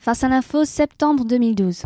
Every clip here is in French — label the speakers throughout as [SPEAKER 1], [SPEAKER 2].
[SPEAKER 1] Face à l'info, septembre 2012.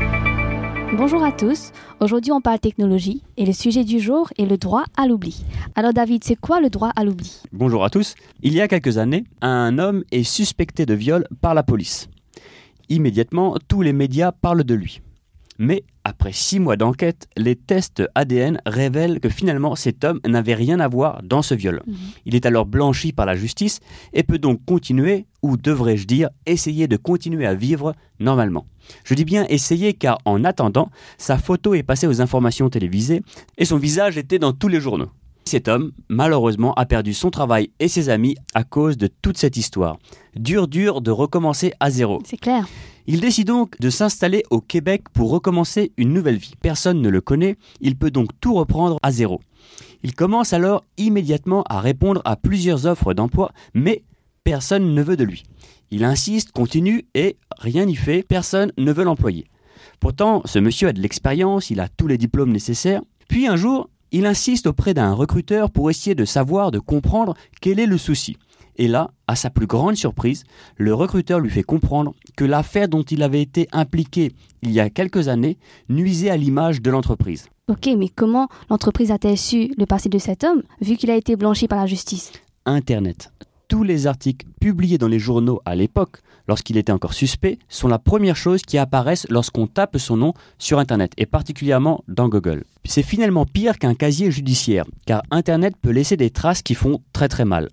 [SPEAKER 1] Bonjour à tous, aujourd'hui on parle technologie et le sujet du jour est le droit à l'oubli. Alors David, c'est quoi le droit à l'oubli ?
[SPEAKER 2] Bonjour à tous. Il y a quelques années, un homme est suspecté de viol par la police. Immédiatement, tous les médias parlent de lui. Mais après 6 mois d'enquête, les tests ADN révèlent que finalement cet homme n'avait rien à voir dans ce viol. Il est alors blanchi par la justice et peut donc continuer, ou devrais-je dire, essayer de continuer à vivre normalement. Je dis bien essayer car en attendant, sa photo est passée aux informations télévisées et son visage était dans tous les journaux. Cet homme, malheureusement, a perdu son travail et ses amis à cause de toute cette histoire. Dur de recommencer à zéro.
[SPEAKER 1] C'est clair.
[SPEAKER 2] Il décide donc de s'installer au Québec pour recommencer une nouvelle vie. Personne ne le connaît, il peut donc tout reprendre à zéro. Il commence alors immédiatement à répondre à plusieurs offres d'emploi, mais personne ne veut de lui. Il insiste, continue et rien n'y fait, personne ne veut l'employer. Pourtant, ce monsieur a de l'expérience, il a tous les diplômes nécessaires. Puis un jour, il insiste auprès d'un recruteur pour essayer de savoir, de comprendre quel est le souci. Et là, à sa plus grande surprise, le recruteur lui fait comprendre que l'affaire dont il avait été impliqué il y a quelques années nuisait à l'image de l'entreprise.
[SPEAKER 1] Ok, mais comment l'entreprise a-t-elle su le passé de cet homme, vu qu'il a été blanchi par la justice ?
[SPEAKER 2] Internet. Tous les articles publiés dans les journaux à l'époque, lorsqu'il était encore suspect, sont la première chose qui apparaissent lorsqu'on tape son nom sur Internet, et particulièrement dans Google. C'est finalement pire qu'un casier judiciaire, car Internet peut laisser des traces qui font très très mal.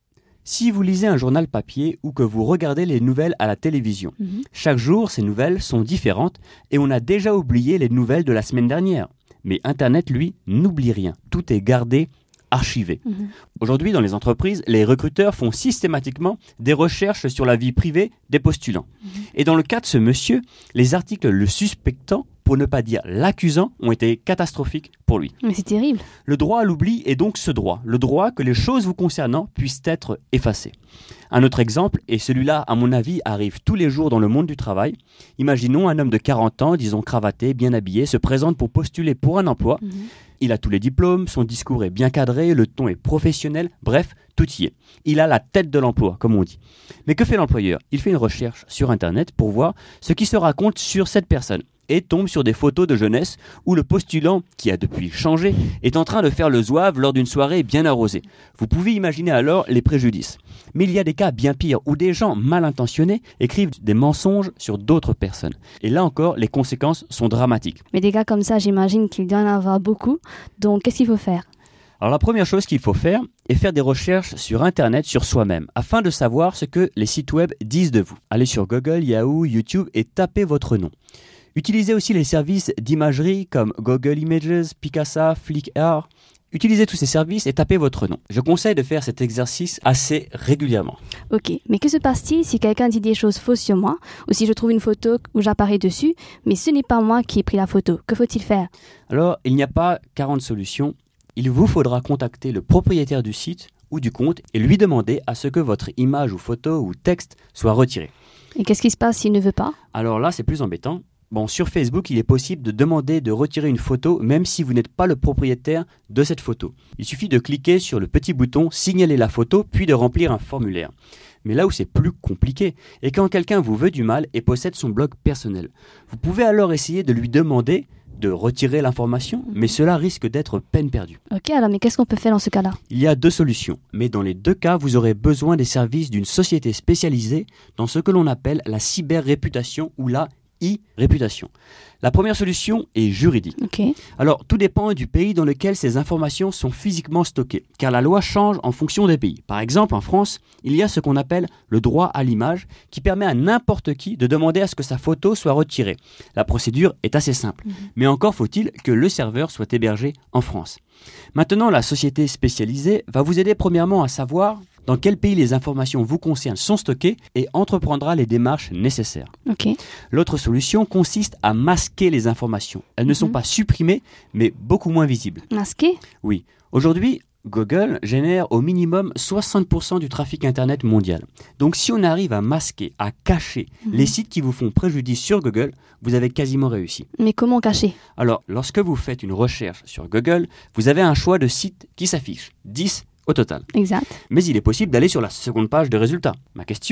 [SPEAKER 2] Si vous lisez un journal papier ou que vous regardez les nouvelles à la télévision, chaque jour ces nouvelles sont différentes et on a déjà oublié les nouvelles de la semaine dernière. Mais Internet, lui, n'oublie rien. Tout est gardé, archivé. Aujourd'hui, dans les entreprises, les recruteurs font systématiquement des recherches sur la vie privée des postulants. Et dans le cas de ce monsieur, les articles le suspectant, pour ne pas dire l'accusant, ont été catastrophiques pour lui.
[SPEAKER 1] Mais c'est terrible.
[SPEAKER 2] Le droit à l'oubli est donc ce droit, le droit que les choses vous concernant puissent être effacées. Un autre exemple, et celui-là à mon avis arrive tous les jours dans le monde du travail. Imaginons un homme de 40 ans, disons cravaté, bien habillé, se présente pour postuler pour un emploi. Il a tous les diplômes, son discours est bien cadré, le ton est professionnel, bref, tout y est. Il a la tête de l'emploi, comme on dit. Mais que fait l'employeur ? Il fait une recherche sur Internet pour voir ce qui se raconte sur cette personne et tombe sur des photos de jeunesse où le postulant, qui a depuis changé, est en train de faire le zouave lors d'une soirée bien arrosée. Vous pouvez imaginer alors les préjudices. Mais il y a des cas bien pires où des gens mal intentionnés écrivent des mensonges sur d'autres personnes. Et là encore, les conséquences sont dramatiques.
[SPEAKER 1] Mais des cas comme ça, j'imagine qu'il doit y en avoir beaucoup. Donc, qu'est-ce qu'il faut faire ?
[SPEAKER 2] Alors la première chose qu'il faut faire est faire des recherches sur Internet sur soi-même afin de savoir ce que les sites web disent de vous. Allez sur Google, Yahoo, YouTube et tapez votre nom. Utilisez aussi les services d'imagerie comme Google Images, Picasa, Flickr. Utilisez tous ces services et tapez votre nom. Je conseille de faire cet exercice assez régulièrement.
[SPEAKER 1] Ok, mais que se passe-t-il si quelqu'un dit des choses fausses sur moi ou si je trouve une photo où j'apparais dessus, mais ce n'est pas moi qui ai pris la photo ? Que faut-il faire ?
[SPEAKER 2] Alors, il n'y a pas 40 solutions. Il vous faudra contacter le propriétaire du site ou du compte et lui demander à ce que votre image ou photo ou texte soit retiré.
[SPEAKER 1] Et qu'est-ce qui se passe s'il ne veut pas ?
[SPEAKER 2] Alors là, c'est plus embêtant. Bon, sur Facebook, il est possible de demander de retirer une photo même si vous n'êtes pas le propriétaire de cette photo. Il suffit de cliquer sur le petit bouton « Signaler la photo » puis de remplir un formulaire. Mais là où c'est plus compliqué est quand quelqu'un vous veut du mal et possède son blog personnel. Vous pouvez alors essayer de lui demander de retirer l'information, mais cela risque d'être peine perdue.
[SPEAKER 1] Ok, alors mais qu'est-ce qu'on peut faire dans ce cas-là ?
[SPEAKER 2] Il y a 2 solutions, mais dans les 2 cas, vous aurez besoin des services d'une société spécialisée dans ce que l'on appelle la cyber-réputation ou la e-réputation. La première solution est juridique.
[SPEAKER 1] Okay.
[SPEAKER 2] Alors, tout dépend du pays dans lequel ces informations sont physiquement stockées, car la loi change en fonction des pays. Par exemple, en France, il y a ce qu'on appelle le droit à l'image, qui permet à n'importe qui de demander à ce que sa photo soit retirée. La procédure est assez simple, mais encore faut-il que le serveur soit hébergé en France. Maintenant, la société spécialisée va vous aider premièrement à savoir dans quel pays les informations vous concernent sont stockées et entreprendra les démarches nécessaires.
[SPEAKER 1] Okay.
[SPEAKER 2] L'autre solution consiste à masquer les informations. Elles ne sont pas supprimées, mais beaucoup moins visibles.
[SPEAKER 1] Masquer ?
[SPEAKER 2] Oui. Aujourd'hui, Google génère au minimum 60% du trafic Internet mondial. Donc si on arrive à masquer, à cacher les sites qui vous font préjudice sur Google, vous avez quasiment réussi.
[SPEAKER 1] Mais comment cacher ?
[SPEAKER 2] Alors, lorsque vous faites une recherche sur Google, vous avez un choix de sites qui s'affiche. 10 au total.
[SPEAKER 1] Exact.
[SPEAKER 2] Mais il est possible d'aller sur la seconde page de résultats. Ma question,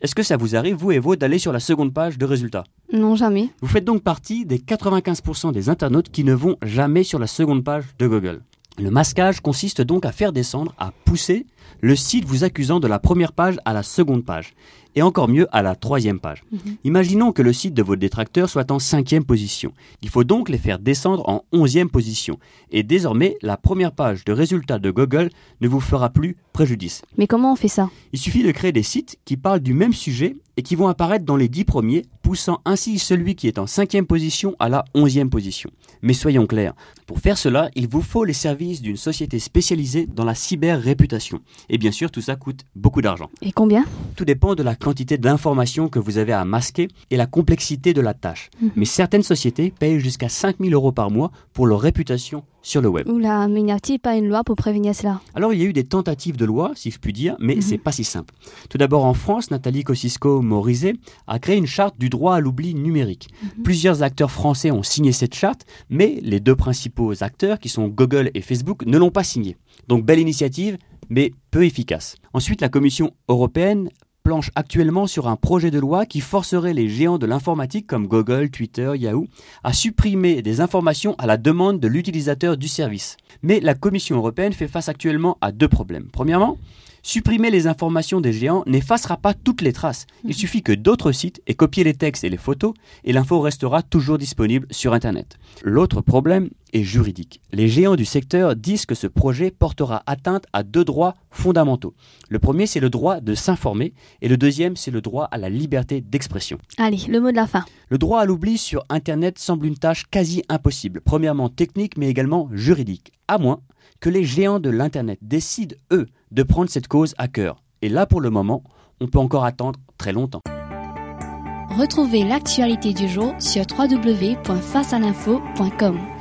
[SPEAKER 2] Est-ce que ça vous arrive, vous et vous, d'aller sur la seconde page de résultats ?
[SPEAKER 1] Non, jamais.
[SPEAKER 2] Vous faites donc partie des 95% des internautes qui ne vont jamais sur la seconde page de Google. Le masquage consiste donc à faire descendre, à pousser le site vous accusant de la première page à la seconde page, et encore mieux à la troisième page. Imaginons que le site de votre détracteur soit en 5e position. Il faut donc les faire descendre en 11e position. Et désormais, la première page de résultats de Google ne vous fera plus préjudice.
[SPEAKER 1] Mais comment on fait ça ?
[SPEAKER 2] Il suffit de créer des sites qui parlent du même sujet et qui vont apparaître dans les 10 premiers, poussant ainsi celui qui est en 5e position à la 11e position. Mais soyons clairs, pour faire cela, il vous faut les services d'une société spécialisée dans la cyber-réputation. Et bien sûr, tout ça coûte beaucoup d'argent.
[SPEAKER 1] Et combien ?
[SPEAKER 2] Tout dépend de la quantité d'informations que vous avez à masquer et la complexité de la tâche. Mais certaines sociétés payent jusqu'à 5 000 € par mois pour leur réputation sur le web.
[SPEAKER 1] Oula, mais n'y a-t-il pas une loi pour prévenir cela ?
[SPEAKER 2] Alors, il y a eu des tentatives de loi, si je puis dire, mais c'est pas si simple. Tout d'abord, en France, Nathalie Kosciusko-Morizet a créé une charte du droit à l'oubli numérique. Plusieurs acteurs français ont signé cette charte, mais les deux principaux acteurs, qui sont Google et Facebook, ne l'ont pas signée. Donc, belle initiative, mais peu efficace. Ensuite, la Commission européenne planche actuellement sur un projet de loi qui forcerait les géants de l'informatique comme Google, Twitter, Yahoo à supprimer des informations à la demande de l'utilisateur du service. Mais la Commission européenne fait face actuellement à deux problèmes. Premièrement, supprimer les informations des géants n'effacera pas toutes les traces. Il suffit que d'autres sites aient copié les textes et les photos et l'info restera toujours disponible sur Internet. L'autre problème est juridique. Les géants du secteur disent que ce projet portera atteinte à deux droits fondamentaux. Le premier, c'est le droit de s'informer et le deuxième, c'est le droit à la liberté d'expression.
[SPEAKER 1] Allez, le mot de la fin.
[SPEAKER 2] Le droit à l'oubli sur Internet semble une tâche quasi impossible. Premièrement technique, mais également juridique. À moins que les géants de l'Internet décident, eux, de prendre cette cause à cœur. Et là, pour le moment, on peut encore attendre très longtemps.
[SPEAKER 1] Retrouvez l'actualité du jour sur www.facealinfo.com.